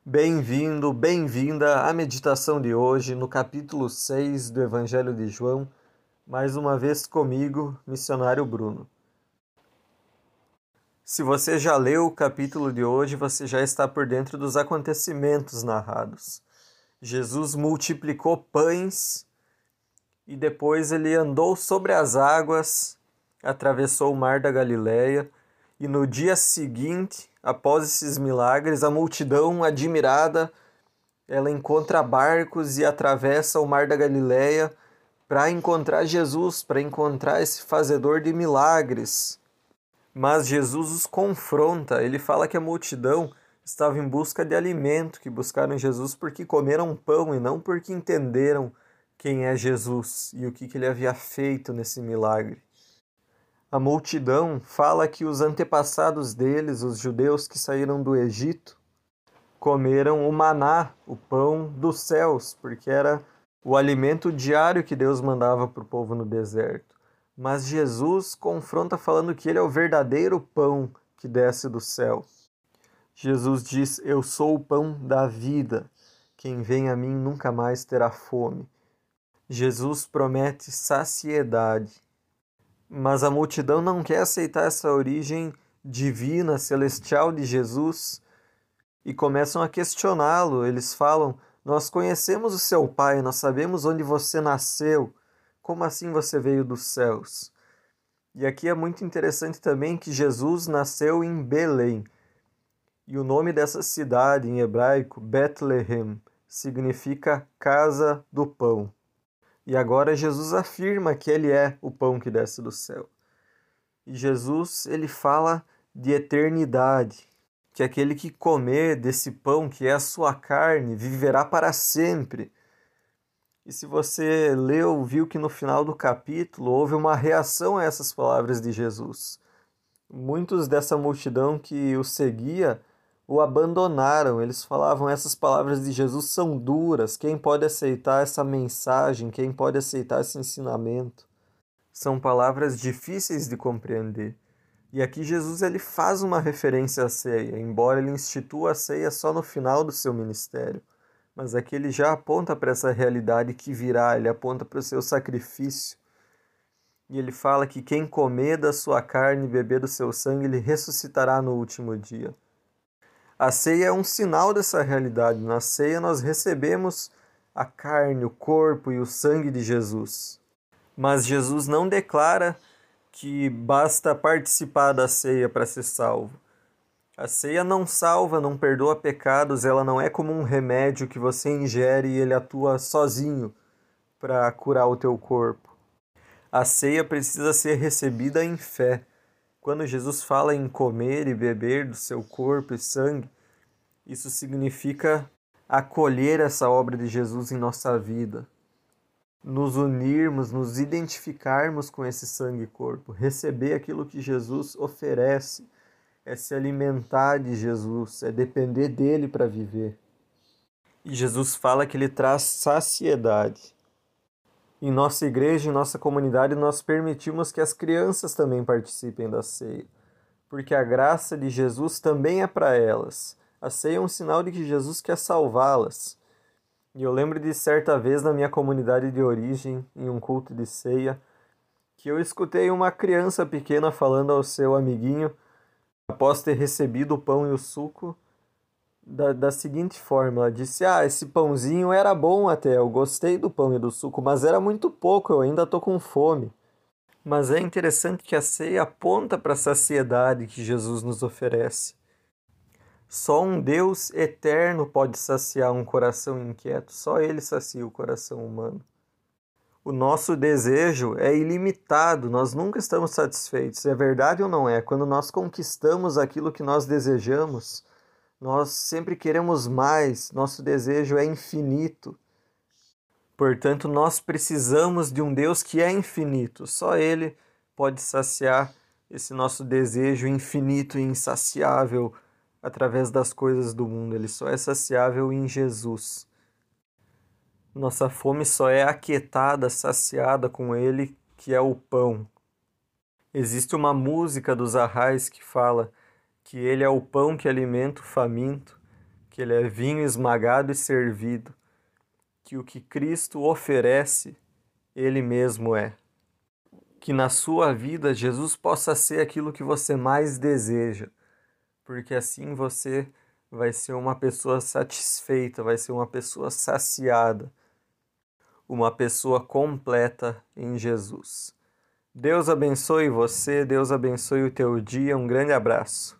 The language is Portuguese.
Bem-vindo, bem-vinda à meditação de hoje no capítulo 6 do Evangelho de João, mais uma vez comigo, missionário Bruno. Se você já leu o capítulo de hoje, você já está por dentro dos acontecimentos narrados. Jesus multiplicou pães e depois ele andou sobre as águas, atravessou o mar da Galileia e no dia seguinte, após esses milagres, a multidão admirada, ela encontra barcos e atravessa o mar da Galileia para encontrar Jesus, para encontrar esse fazedor de milagres. Mas Jesus os confronta, ele fala que a multidão estava em busca de alimento, que buscaram Jesus porque comeram pão e não porque entenderam quem é Jesus e o que ele havia feito nesse milagre. A multidão fala que os antepassados deles, os judeus que saíram do Egito, comeram o maná, o pão dos céus, porque era o alimento diário que Deus mandava para o povo no deserto. Mas Jesus confronta falando que ele é o verdadeiro pão que desce do céu. Jesus diz: "Eu sou o pão da vida. Quem vem a mim nunca mais terá fome." Jesus promete saciedade. Mas a multidão não quer aceitar essa origem divina, celestial de Jesus e começam a questioná-lo. Eles falam: "Nós conhecemos o seu pai, nós sabemos onde você nasceu. Como assim você veio dos céus?" E aqui é muito interessante também que Jesus nasceu em Belém. E o nome dessa cidade em hebraico, Bethlehem, significa casa do pão. E agora Jesus afirma que ele é o pão que desce do céu. E Jesus, ele fala de eternidade, que aquele que comer desse pão, que é a sua carne, viverá para sempre. E se você leu, viu que no final do capítulo houve uma reação a essas palavras de Jesus. Muitos dessa multidão que o seguia o abandonaram. Eles falavam: "Essas palavras de Jesus são duras. Quem pode aceitar essa mensagem? Quem pode aceitar esse ensinamento?" São palavras difíceis de compreender. E aqui Jesus ele faz uma referência à ceia, embora ele institua a ceia só no final do seu ministério. Mas aqui ele já aponta para essa realidade que virá, ele aponta para o seu sacrifício. E ele fala que quem comer da sua carne e beber do seu sangue, ele ressuscitará no último dia. A ceia é um sinal dessa realidade. Na ceia nós recebemos a carne, o corpo e o sangue de Jesus. Mas Jesus não declara que basta participar da ceia para ser salvo. A ceia não salva, não perdoa pecados, ela não é como um remédio que você ingere e ele atua sozinho para curar o teu corpo. A ceia precisa ser recebida em fé. Quando Jesus fala em comer e beber do seu corpo e sangue, isso significa acolher essa obra de Jesus em nossa vida. Nos unirmos, nos identificarmos com esse sangue e corpo, receber aquilo que Jesus oferece, é se alimentar de Jesus, é depender dele para viver. E Jesus fala que ele traz saciedade. Em nossa igreja, em nossa comunidade, nós permitimos que as crianças também participem da ceia, porque a graça de Jesus também é para elas. A ceia é um sinal de que Jesus quer salvá-las. E eu lembro de certa vez na minha comunidade de origem, em um culto de ceia, que eu escutei uma criança pequena falando ao seu amiguinho, após ter recebido o pão e o suco, da seguinte forma: ela disse: "Esse pãozinho era bom até, eu gostei do pão e do suco, mas era muito pouco, eu ainda estou com fome." Mas é interessante que a ceia aponta para a saciedade que Jesus nos oferece. Só um Deus eterno pode saciar um coração inquieto, só Ele sacia o coração humano. O nosso desejo é ilimitado, nós nunca estamos satisfeitos. É verdade ou não é? Quando nós conquistamos aquilo que nós desejamos, nós sempre queremos mais, nosso desejo é infinito. Portanto, nós precisamos de um Deus que é infinito. Só Ele pode saciar esse nosso desejo infinito e insaciável através das coisas do mundo. Ele só é saciável em Jesus. Nossa fome só é aquietada, saciada com Ele, que é o pão. Existe uma música dos Arrais que fala que Ele é o pão que alimenta o faminto, que que ele é vinho esmagado e servido, que o que Cristo oferece, ele mesmo é. Que na sua vida Jesus possa ser aquilo que você mais deseja, porque assim você vai ser uma pessoa satisfeita, vai ser uma pessoa saciada, uma pessoa completa em Jesus. Deus abençoe você, Deus abençoe o teu dia, um grande abraço.